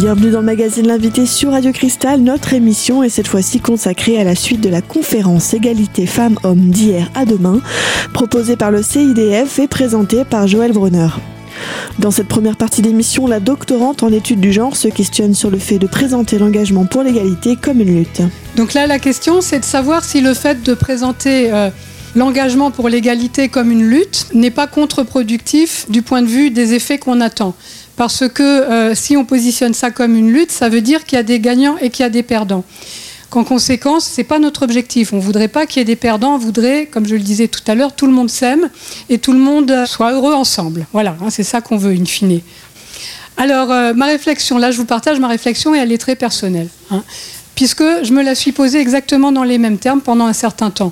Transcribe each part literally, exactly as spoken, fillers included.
Bienvenue dans le magazine L'Invité sur Radio Cristal. Notre émission est cette fois-ci consacrée à la suite de la conférence Égalité femmes-hommes d'hier à demain, proposée par le C I D F et présentée par Joël Brunner. Dans cette première partie d'émission, la doctorante en études du genre se questionne sur le fait de présenter l'engagement pour l'égalité comme une lutte. Donc là, la question, c'est de savoir si le fait de présenter euh, l'engagement pour l'égalité comme une lutte n'est pas contre-productif du point de vue des effets qu'on attend. Parce que euh, si on positionne ça comme une lutte, ça veut dire qu'il y a des gagnants et qu'il y a des perdants. En conséquence, ce n'est pas notre objectif. On ne voudrait pas qu'il y ait des perdants. On voudrait, comme je le disais tout à l'heure, tout le monde s'aime et tout le monde soit heureux ensemble. Voilà, hein, c'est ça qu'on veut, in fine. Alors, euh, ma réflexion, là, je vous partage ma réflexion et elle est très personnelle. Hein, puisque je me la suis posée exactement dans les mêmes termes pendant un certain temps.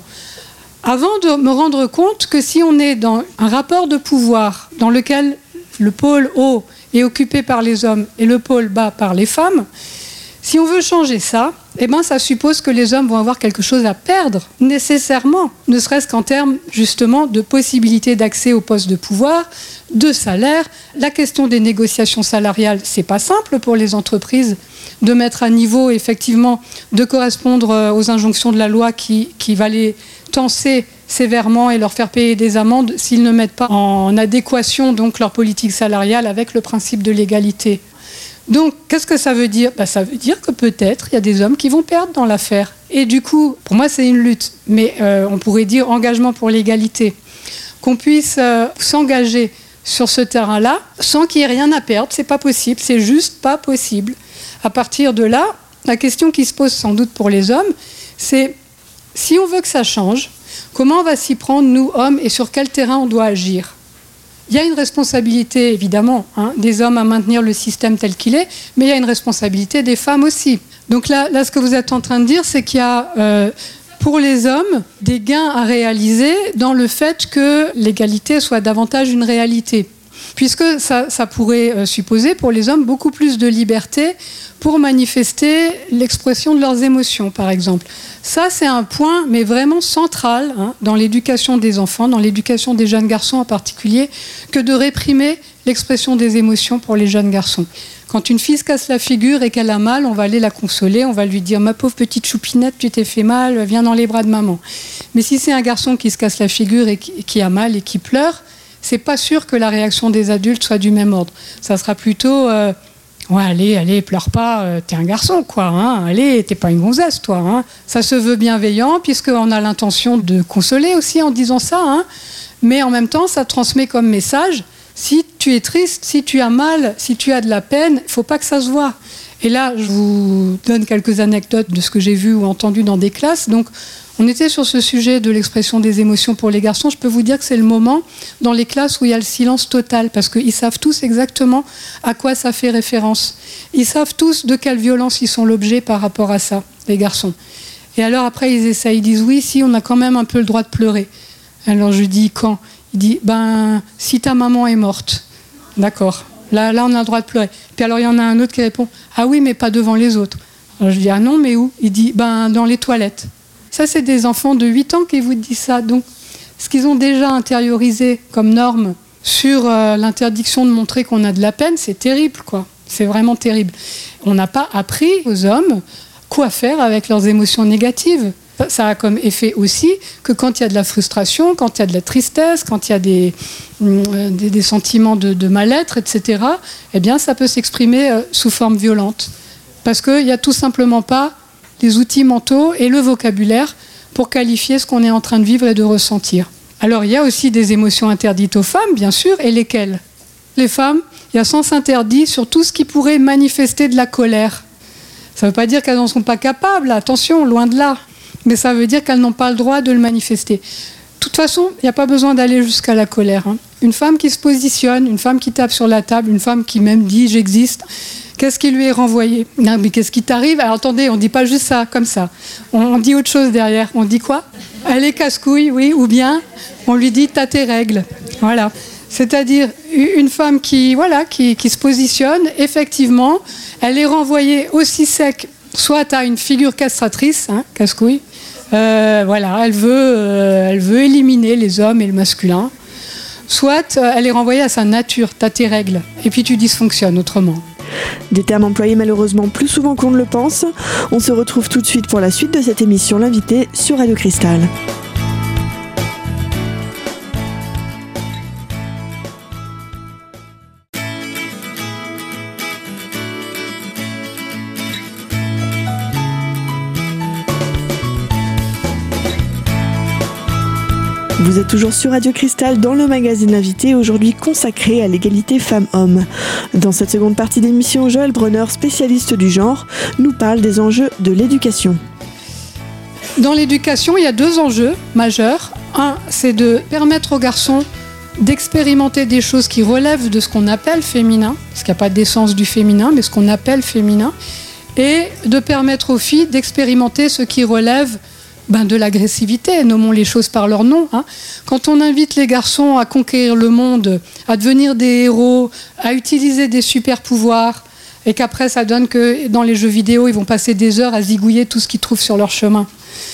Avant de me rendre compte que si on est dans un rapport de pouvoir dans lequel le pôle haut est occupé par les hommes et le pôle bas par les femmes, si on veut changer ça, eh ben, ça suppose que les hommes vont avoir quelque chose à perdre, nécessairement, ne serait-ce qu'en termes justement de possibilité d'accès aux postes de pouvoir, de salaire. La question des négociations salariales, c'est pas simple pour les entreprises de mettre à niveau, effectivement, de correspondre aux injonctions de la loi qui, qui va les tenser sévèrement et leur faire payer des amendes s'ils ne mettent pas en adéquation donc leur politique salariale avec le principe de l'égalité. Donc, qu'est-ce que ça veut dire ? Ben, ça veut dire que peut-être il y a des hommes qui vont perdre dans l'affaire. Et du coup, pour moi, c'est une lutte. Mais euh, on pourrait dire engagement pour l'égalité. Qu'on puisse euh, s'engager sur ce terrain-là sans qu'il n'y ait rien à perdre, c'est pas possible. C'est juste pas possible. À partir de là, la question qui se pose sans doute pour les hommes, c'est si on veut que ça change, comment on va s'y prendre, nous, hommes, et sur quel terrain on doit agir ? Il y a une responsabilité, évidemment, hein, des hommes à maintenir le système tel qu'il est, mais il y a une responsabilité des femmes aussi. Donc là, là ce que vous êtes en train de dire, c'est qu'il y a, euh, pour les hommes, des gains à réaliser dans le fait que l'égalité soit davantage une réalité. Puisque ça, ça pourrait euh, supposer, pour les hommes, beaucoup plus de liberté pour manifester l'expression de leurs émotions, par exemple. Ça, c'est un point, mais vraiment central, hein, dans l'éducation des enfants, dans l'éducation des jeunes garçons en particulier, que de réprimer l'expression des émotions pour les jeunes garçons. Quand une fille se casse la figure et qu'elle a mal, on va aller la consoler, on va lui dire « Ma pauvre petite choupinette, tu t'es fait mal, viens dans les bras de maman ». Mais si c'est un garçon qui se casse la figure et qui, qui a mal et qui pleure, c'est pas sûr que la réaction des adultes soit du même ordre. Ça sera plutôt euh, « Ouais, allez, allez, pleure pas, euh, t'es un garçon, quoi. Hein, allez, t'es pas une gonzesse, toi. Hein. » Ça se veut bienveillant, puisqu'on a l'intention de consoler aussi en disant ça. Hein. Mais en même temps, ça transmet comme message « Si tu es triste, si tu as mal, si tu as de la peine, il faut pas que ça se voit. » Et là, je vous donne quelques anecdotes de ce que j'ai vu ou entendu dans des classes. Donc, on était sur ce sujet de l'expression des émotions pour les garçons. Je peux vous dire que c'est le moment dans les classes où il y a le silence total, parce qu'ils savent tous exactement à quoi ça fait référence. Ils savent tous de quelle violence ils sont l'objet par rapport à ça, les garçons. Et alors après, ils essayent, ils disent « Oui, si, on a quand même un peu le droit de pleurer. » Alors je dis « Quand ?» Il dit « Ben, si ta maman est morte. » D'accord. Là, là, on a le droit de pleurer. Puis alors, il y en a un autre qui répond « Ah oui, mais pas devant les autres. » Alors je dis « Ah non, mais où ?» Il dit « Ben, dans les toilettes. » Ça, c'est des enfants de huit ans qui vous disent ça. Donc, ce qu'ils ont déjà intériorisé comme norme sur euh, l'interdiction de montrer qu'on a de la peine, c'est terrible, quoi. C'est vraiment terrible. On n'a pas appris aux hommes quoi faire avec leurs émotions négatives. Ça a comme effet aussi que quand il y a de la frustration, quand il y a de la tristesse, quand il y a des, euh, des, des sentiments de, de mal-être, et cetera, eh bien, ça peut s'exprimer euh, sous forme violente. Parce qu'il n'y a tout simplement pas les outils mentaux et le vocabulaire pour qualifier ce qu'on est en train de vivre et de ressentir. Alors, il y a aussi des émotions interdites aux femmes, bien sûr, et lesquelles ? Les femmes, il y a sens interdit sur tout ce qui pourrait manifester de la colère. Ça ne veut pas dire qu'elles n'en sont pas capables, attention, loin de là. Mais ça veut dire qu'elles n'ont pas le droit de le manifester. De toute façon, il n'y a pas besoin d'aller jusqu'à la colère. Hein. Une femme qui se positionne, une femme qui tape sur la table, une femme qui même dit « j'existe », qu'est-ce qui lui est renvoyé ? Non, mais qu'est-ce qui t'arrive ? Alors attendez, on ne dit pas juste ça, comme ça. On, on dit autre chose derrière. On dit quoi ? Elle est casse-couille, oui, ou bien on lui dit « t'as tes règles ». Voilà. C'est-à-dire une femme qui, voilà, qui, qui se positionne, effectivement, elle est renvoyée aussi sec, soit à une figure castratrice, hein, casse-couille, euh, voilà, elle veut, euh, elle veut éliminer les hommes et le masculin, soit euh, elle est renvoyée à sa nature, t'as tes règles, et puis tu dysfonctionnes autrement. Des termes employés malheureusement plus souvent qu'on ne le pense. On se retrouve tout de suite pour la suite de cette émission L'invité sur Radio Cristal. Vous êtes toujours sur Radio Cristal dans le magazine L'Invité, aujourd'hui consacré à l'égalité femmes-hommes. Dans cette seconde partie d'émission, Joël Bronner, spécialiste du genre, nous parle des enjeux de l'éducation. Dans l'éducation, il y a deux enjeux majeurs. Un, c'est de permettre aux garçons d'expérimenter des choses qui relèvent de ce qu'on appelle féminin, parce qu'il n'y a pas d'essence du féminin, mais ce qu'on appelle féminin, et de permettre aux filles d'expérimenter ce qui relève Ben de l'agressivité, nommons les choses par leur nom. Hein. Quand on invite les garçons à conquérir le monde, à devenir des héros, à utiliser des super pouvoirs, et qu'après ça donne que dans les jeux vidéo, ils vont passer des heures à zigouiller tout ce qu'ils trouvent sur leur chemin.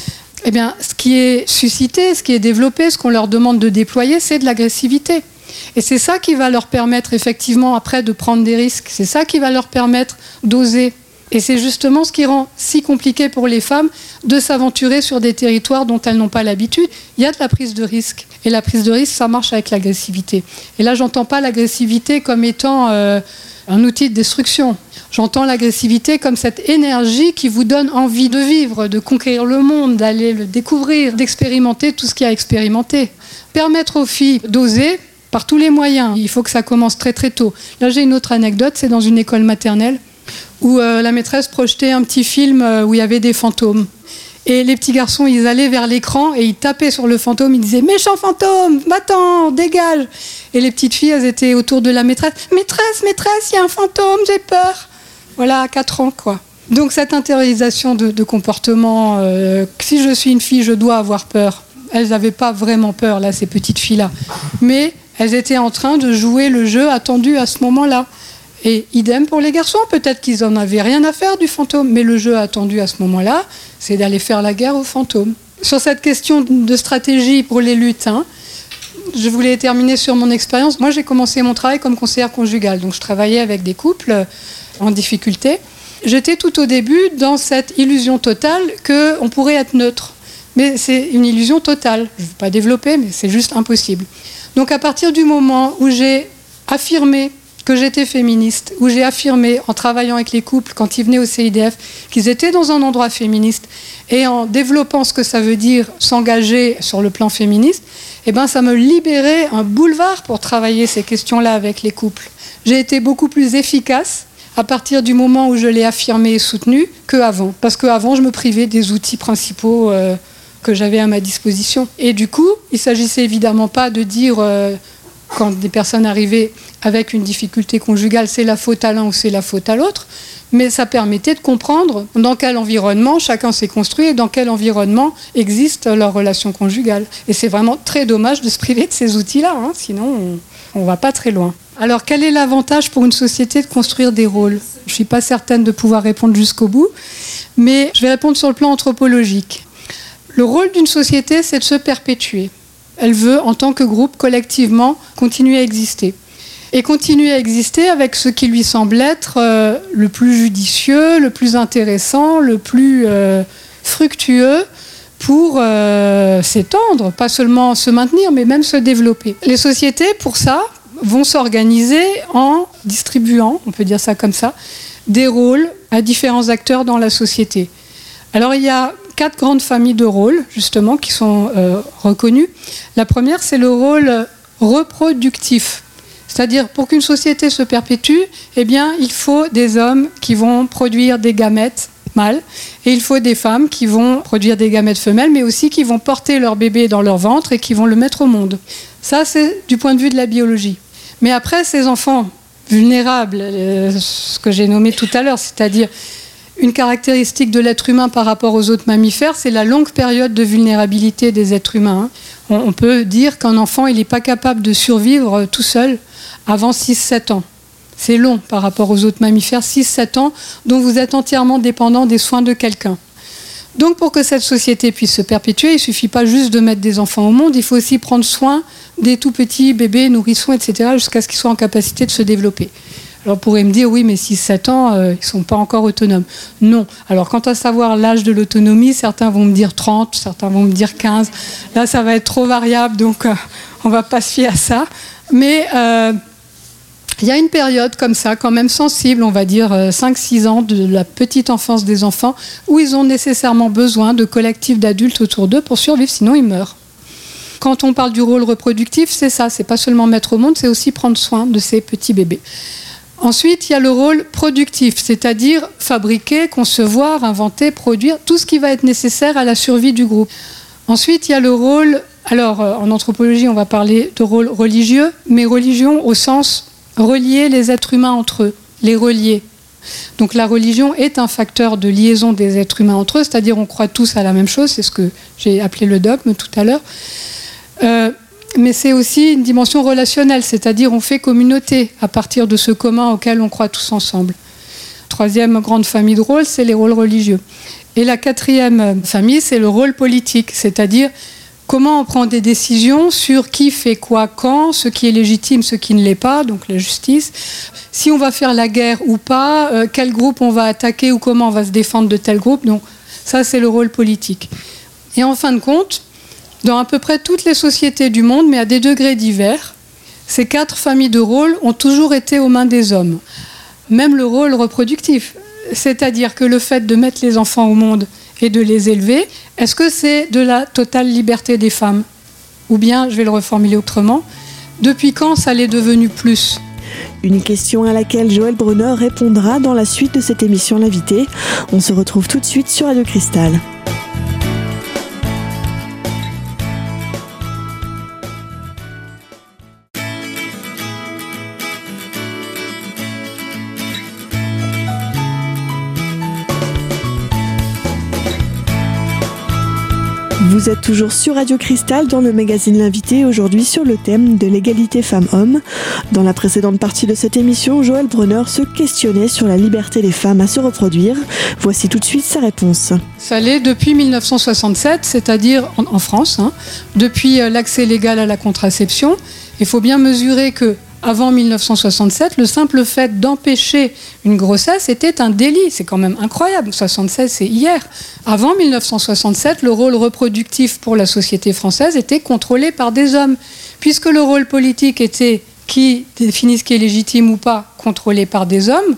Eh bien, ce qui est suscité, ce qui est développé, ce qu'on leur demande de déployer, c'est de l'agressivité. Et c'est ça qui va leur permettre effectivement après de prendre des risques. C'est ça qui va leur permettre d'oser. Et c'est justement ce qui rend si compliqué pour les femmes de s'aventurer sur des territoires dont elles n'ont pas l'habitude. Il y a de la prise de risque. Et la prise de risque, ça marche avec l'agressivité. Et là, j'entends pas l'agressivité comme étant euh, un outil de destruction. J'entends l'agressivité comme cette énergie qui vous donne envie de vivre, de conquérir le monde, d'aller le découvrir, d'expérimenter tout ce qu'il y a à expérimenter. Permettre aux filles d'oser par tous les moyens. Il faut que ça commence très très tôt. Là, j'ai une autre anecdote, c'est dans une école maternelle où euh, la maîtresse projetait un petit film euh, où il y avait des fantômes. Et les petits garçons, ils allaient vers l'écran et ils tapaient sur le fantôme, ils disaient « Méchant fantôme, va-t'en, dégage !» Et les petites filles, elles étaient autour de la maîtresse « Maîtresse, maîtresse, il y a un fantôme, j'ai peur !» Voilà, à quatre ans, quoi. Donc cette intériorisation de, de comportement, euh, si je suis une fille, je dois avoir peur. Elles n'avaient pas vraiment peur, là, ces petites filles-là. Mais elles étaient en train de jouer le jeu attendu à ce moment-là. Et idem pour les garçons, peut-être qu'ils n'en avaient rien à faire du fantôme, mais le jeu attendu à ce moment-là, c'est d'aller faire la guerre aux fantômes. Sur cette question de stratégie pour les luttes, hein, je voulais terminer sur mon expérience. Moi, j'ai commencé mon travail comme conseillère conjugale, donc je travaillais avec des couples en difficulté. J'étais tout au début dans cette illusion totale qu'on pourrait être neutre. Mais c'est une illusion totale. Je ne vais pas développer, mais c'est juste impossible. Donc à partir du moment où j'ai affirmé que j'étais féministe, où j'ai affirmé, en travaillant avec les couples, quand ils venaient au C I D F, qu'ils étaient dans un endroit féministe, et en développant ce que ça veut dire s'engager sur le plan féministe, eh ben, ça me libérait un boulevard pour travailler ces questions-là avec les couples. J'ai été beaucoup plus efficace à partir du moment où je l'ai affirmé et soutenu qu'avant. Parce qu'avant, je me privais des outils principaux euh, que j'avais à ma disposition. Et du coup, il ne s'agissait évidemment pas de dire... Euh, quand des personnes arrivaient avec une difficulté conjugale, c'est la faute à l'un ou c'est la faute à l'autre, mais ça permettait de comprendre dans quel environnement chacun s'est construit et dans quel environnement existe leur relation conjugale. Et c'est vraiment très dommage de se priver de ces outils-là, hein, sinon on ne va pas très loin. Alors quel est l'avantage pour une société de construire des rôles ? Je ne suis pas certaine de pouvoir répondre jusqu'au bout, mais je vais répondre sur le plan anthropologique. Le rôle d'une société, c'est de se perpétuer. Elle veut, en tant que groupe, collectivement, continuer à exister. Et continuer à exister avec ce qui lui semble être euh, le plus judicieux, le plus intéressant, le plus euh, fructueux pour euh, s'étendre, pas seulement se maintenir, mais même se développer. Les sociétés, pour ça, vont s'organiser en distribuant, on peut dire ça comme ça, des rôles à différents acteurs dans la société. Alors il y a quatre grandes familles de rôles, justement, qui sont euh, reconnues. La première, c'est le rôle reproductif. C'est-à-dire, pour qu'une société se perpétue, eh bien, il faut des hommes qui vont produire des gamètes mâles, et il faut des femmes qui vont produire des gamètes femelles, mais aussi qui vont porter leur bébé dans leur ventre et qui vont le mettre au monde. Ça, c'est du point de vue de la biologie. Mais après, ces enfants vulnérables, euh, ce que j'ai nommé tout à l'heure, c'est-à-dire une caractéristique de l'être humain par rapport aux autres mammifères, c'est la longue période de vulnérabilité des êtres humains. On, on peut dire qu'un enfant, il n'est pas capable de survivre tout seul avant six sept ans. C'est long par rapport aux autres mammifères, six sept ans, dont vous êtes entièrement dépendant des soins de quelqu'un. Donc pour que cette société puisse se perpétuer, il ne suffit pas juste de mettre des enfants au monde, il faut aussi prendre soin des tout petits bébés, nourrissons, et cetera, jusqu'à ce qu'ils soient en capacité de se développer. Alors on pourrait me dire, oui, mais six sept ans, euh, ils ne sont pas encore autonomes. Non. Alors quant à savoir l'âge de l'autonomie, certains vont me dire trente, certains vont me dire quinze. Là, ça va être trop variable, donc euh, on ne va pas se fier à ça. Mais euh, il y a une période comme ça, quand même sensible, on va dire euh, cinq six ans de la petite enfance des enfants, où ils ont nécessairement besoin de collectifs d'adultes autour d'eux pour survivre, sinon ils meurent. Quand on parle du rôle reproductif, c'est ça, c'est pas seulement mettre au monde, c'est aussi prendre soin de ces petits bébés. Ensuite, il y a le rôle productif, c'est-à-dire fabriquer, concevoir, inventer, produire, tout ce qui va être nécessaire à la survie du groupe. Ensuite, il y a le rôle, alors en anthropologie, on va parler de rôle religieux, mais religion au sens relier les êtres humains entre eux, les relier. Donc la religion est un facteur de liaison des êtres humains entre eux, c'est-à-dire on croit tous à la même chose, c'est ce que j'ai appelé le dogme tout à l'heure. Euh, mais c'est aussi une dimension relationnelle, c'est-à-dire on fait communauté à partir de ce commun auquel on croit tous ensemble. Troisième grande famille de rôles, c'est les rôles religieux. Et la quatrième famille, c'est le rôle politique, c'est-à-dire comment on prend des décisions sur qui fait quoi quand, ce qui est légitime, ce qui ne l'est pas, donc la justice, si on va faire la guerre ou pas, euh, quel groupe on va attaquer ou comment on va se défendre de tel groupe. Donc ça, c'est le rôle politique. Et en fin de compte, dans à peu près toutes les sociétés du monde, mais à des degrés divers, ces quatre familles de rôles ont toujours été aux mains des hommes. Même le rôle reproductif, c'est-à-dire que le fait de mettre les enfants au monde et de les élever, est-ce que c'est de la totale liberté des femmes ? Ou bien, je vais le reformuler autrement, depuis quand ça l'est devenu plus ? Une question à laquelle Joël Brunner répondra dans la suite de cette émission L'Invité. On se retrouve tout de suite sur Radio Cristal. Vous êtes toujours sur Radio Cristal dans le magazine L'Invité, aujourd'hui sur le thème de l'égalité femmes-hommes. Dans la précédente partie de cette émission, Joël Brunner se questionnait sur la liberté des femmes à se reproduire. Voici tout de suite sa réponse. Ça l'est depuis mille neuf cent soixante-sept, c'est-à-dire en, en France, hein, depuis l'accès légal à la contraception. Il faut bien mesurer que avant mille neuf cent soixante-sept, le simple fait d'empêcher une grossesse était un délit. C'est quand même incroyable. soixante-seize, c'est hier. Avant mille neuf cent soixante-sept, le rôle reproductif pour la société française était contrôlé par des hommes. Puisque le rôle politique était, qui définit ce qui est légitime ou pas, contrôlé par des hommes,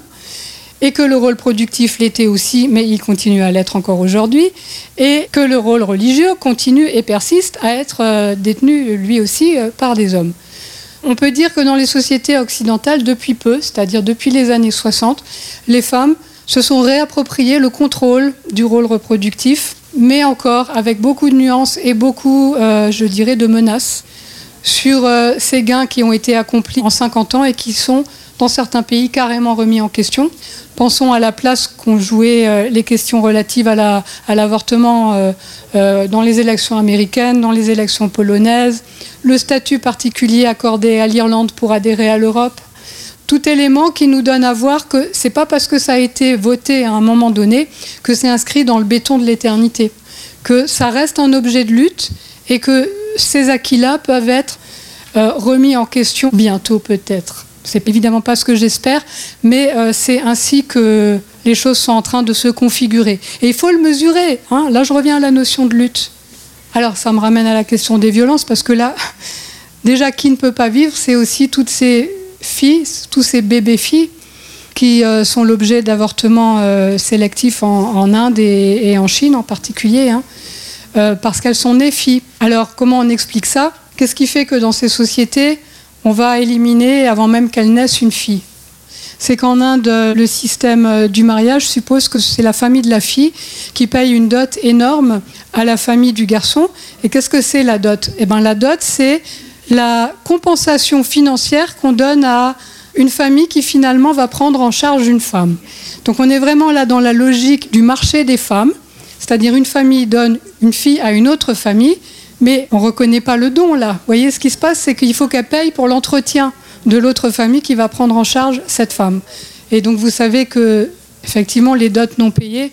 et que le rôle productif l'était aussi, mais il continue à l'être encore aujourd'hui, et que le rôle religieux continue et persiste à être euh, détenu lui aussi euh, par des hommes. On peut dire que dans les sociétés occidentales, depuis peu, c'est-à-dire depuis les années soixante, les femmes se sont réappropriées le contrôle du rôle reproductif, mais encore avec beaucoup de nuances et beaucoup, euh, je dirais, de menaces sur euh, ces gains qui ont été accomplis en cinquante ans et qui sont, dans certains pays, carrément remis en question. Pensons à la place qu'ont joué euh, les questions relatives à, la, à l'avortement euh, euh, dans les élections américaines, dans les élections polonaises, le statut particulier accordé à l'Irlande pour adhérer à l'Europe. Tout élément qui nous donne à voir que ce n'est pas parce que ça a été voté à un moment donné que c'est inscrit dans le béton de l'éternité, que ça reste un objet de lutte et que ces acquis-là peuvent être euh, remis en question bientôt peut-être. C'est évidemment pas ce que j'espère, mais euh, c'est ainsi que les choses sont en train de se configurer. Et il faut le mesurer. Hein. Là, je reviens à la notion de lutte. Alors, ça me ramène à la question des violences, parce que là, déjà, qui ne peut pas vivre, c'est aussi toutes ces filles, tous ces bébés-filles qui euh, sont l'objet d'avortements euh, sélectifs en, en Inde et, et en Chine en particulier, hein, euh, parce qu'elles sont nées filles. Alors, comment on explique ça ? Qu'est-ce qui fait que dans ces sociétés, on va éliminer, avant même qu'elle naisse, une fille ? C'est qu'en Inde, le système du mariage suppose que c'est la famille de la fille qui paye une dot énorme à la famille du garçon. Et qu'est-ce que c'est la dot ? Eh bien, la dot, c'est la compensation financière qu'on donne à une famille qui finalement va prendre en charge une femme. Donc on est vraiment là dans la logique du marché des femmes, c'est-à-dire une famille donne une fille à une autre famille, mais on ne reconnaît pas le don là. Vous voyez, ce qui se passe, c'est qu'il faut qu'elle paye pour l'entretien de l'autre famille qui va prendre en charge cette femme. Et donc vous savez que, effectivement, les dots non payées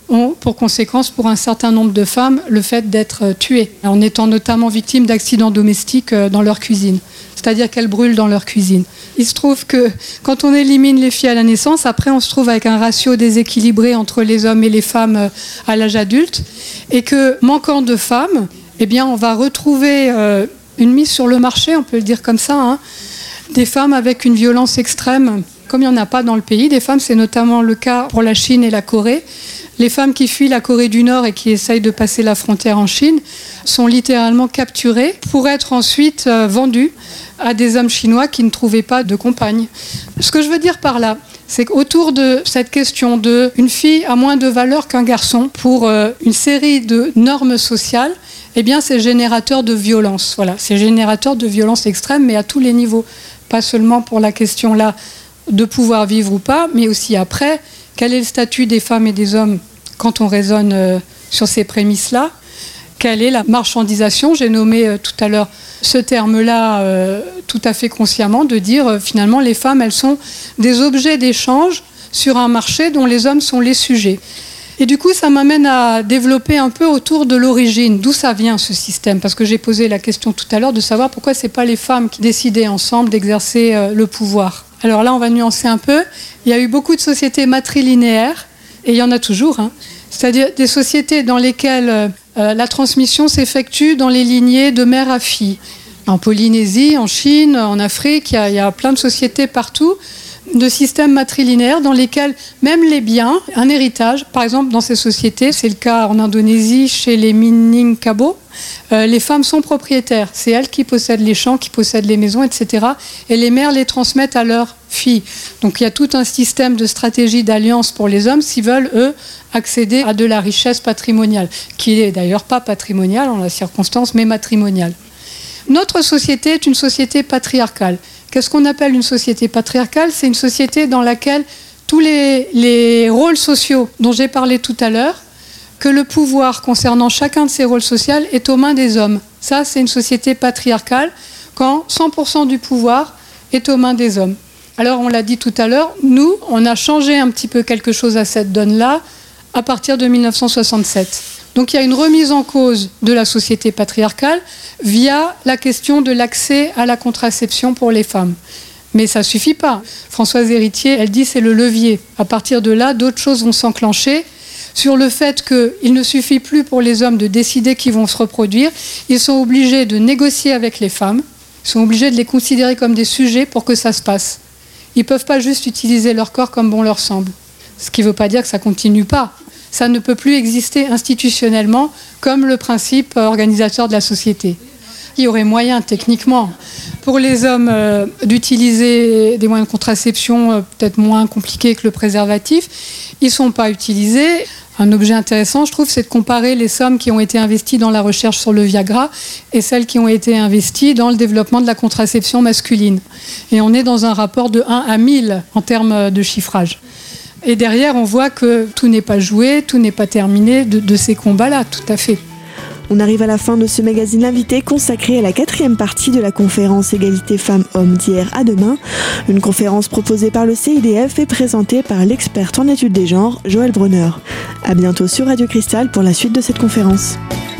ont pour conséquence pour un certain nombre de femmes le fait d'être tuées, en étant notamment victimes d'accidents domestiques dans leur cuisine. C'est-à-dire qu'elles brûlent dans leur cuisine. Il se trouve que quand on élimine les filles à la naissance, après on se trouve avec un ratio déséquilibré entre les hommes et les femmes à l'âge adulte, et que manquant de femmes, eh bien on va retrouver euh, une mise sur le marché, on peut le dire comme ça, hein, des femmes avec une violence extrême, comme il n'y en a pas dans le pays. Des femmes, c'est notamment le cas pour la Chine et la Corée. Les femmes qui fuient la Corée du Nord et qui essayent de passer la frontière en Chine sont littéralement capturées pour être ensuite euh, vendues à des hommes chinois qui ne trouvaient pas de compagne. Ce que je veux dire par là, c'est qu'autour de cette question de une fille a moins de valeur qu'un garçon pour euh, une série de normes sociales, eh bien c'est générateur de violence. Voilà, c'est générateur de violence extrême, mais à tous les niveaux. Pas seulement pour la question là de pouvoir vivre ou pas, mais aussi après, quel est le statut des femmes et des hommes quand on raisonne euh, sur ces prémices-là? Quelle est la marchandisation? J'ai nommé euh, tout à l'heure ce terme-là euh, tout à fait consciemment, de dire euh, finalement les femmes, elles sont des objets d'échange sur un marché dont les hommes sont les sujets. Et du coup, ça m'amène à développer un peu autour de l'origine, d'où ça vient ce système, parce que j'ai posé la question tout à l'heure de savoir pourquoi ce n'est pas les femmes qui décidaient ensemble d'exercer euh, le pouvoir. Alors là, on va nuancer un peu. Il y a eu beaucoup de sociétés matrilinéaires, et il y en a toujours, hein. C'est-à-dire des sociétés dans lesquelles euh, la transmission s'effectue dans les lignées de mère à fille. En Polynésie, en Chine, en Afrique, il y a, il y a plein de sociétés partout, de systèmes matrilinéaires dans lesquels même les biens, un héritage, par exemple dans ces sociétés, c'est le cas en Indonésie chez les Minangkabau, euh, les femmes sont propriétaires, c'est elles qui possèdent les champs, qui possèdent les maisons, et cetera. Et les mères les transmettent à leurs filles. Donc il y a tout un système de stratégie d'alliance pour les hommes s'ils veulent, eux, accéder à de la richesse patrimoniale, qui n'est d'ailleurs pas patrimoniale en la circonstance, mais matrimoniale. Notre société est une société patriarcale. Qu'est-ce qu'on appelle une société patriarcale? C'est une société dans laquelle tous les, les rôles sociaux dont j'ai parlé tout à l'heure, que le pouvoir concernant chacun de ces rôles sociaux est aux mains des hommes. Ça, c'est une société patriarcale quand cent pour cent du pouvoir est aux mains des hommes. Alors, on l'a dit tout à l'heure, nous, on a changé un petit peu quelque chose à cette donne-là à partir de mille neuf cent soixante-sept. Donc il y a une remise en cause de la société patriarcale via la question de l'accès à la contraception pour les femmes. Mais ça ne suffit pas. Françoise Héritier, elle dit c'est le levier. À partir de là, d'autres choses vont s'enclencher sur le fait qu'il ne suffit plus pour les hommes de décider qu'ils vont se reproduire. Ils sont obligés de négocier avec les femmes. Ils sont obligés de les considérer comme des sujets pour que ça se passe. Ils ne peuvent pas juste utiliser leur corps comme bon leur semble. Ce qui ne veut pas dire que ça ne continue pas. Ça ne peut plus exister institutionnellement comme le principe organisateur de la société. Il y aurait moyen techniquement pour les hommes euh, d'utiliser des moyens de contraception euh, peut-être moins compliqués que le préservatif. Ils ne sont pas utilisés. Un objet intéressant, je trouve, c'est de comparer les sommes qui ont été investies dans la recherche sur le Viagra et celles qui ont été investies dans le développement de la contraception masculine. Et on est dans un rapport de un à mille en termes de chiffrage. Et derrière, on voit que tout n'est pas joué, tout n'est pas terminé de, de ces combats-là, tout à fait. On arrive à la fin de ce magazine invité consacré à la quatrième partie de la conférence Égalité femmes-hommes d'hier à demain. Une conférence proposée par le C I D F et présentée par l'experte en études des genres, Joëlle Brunner. À bientôt sur Radio Cristal pour la suite de cette conférence.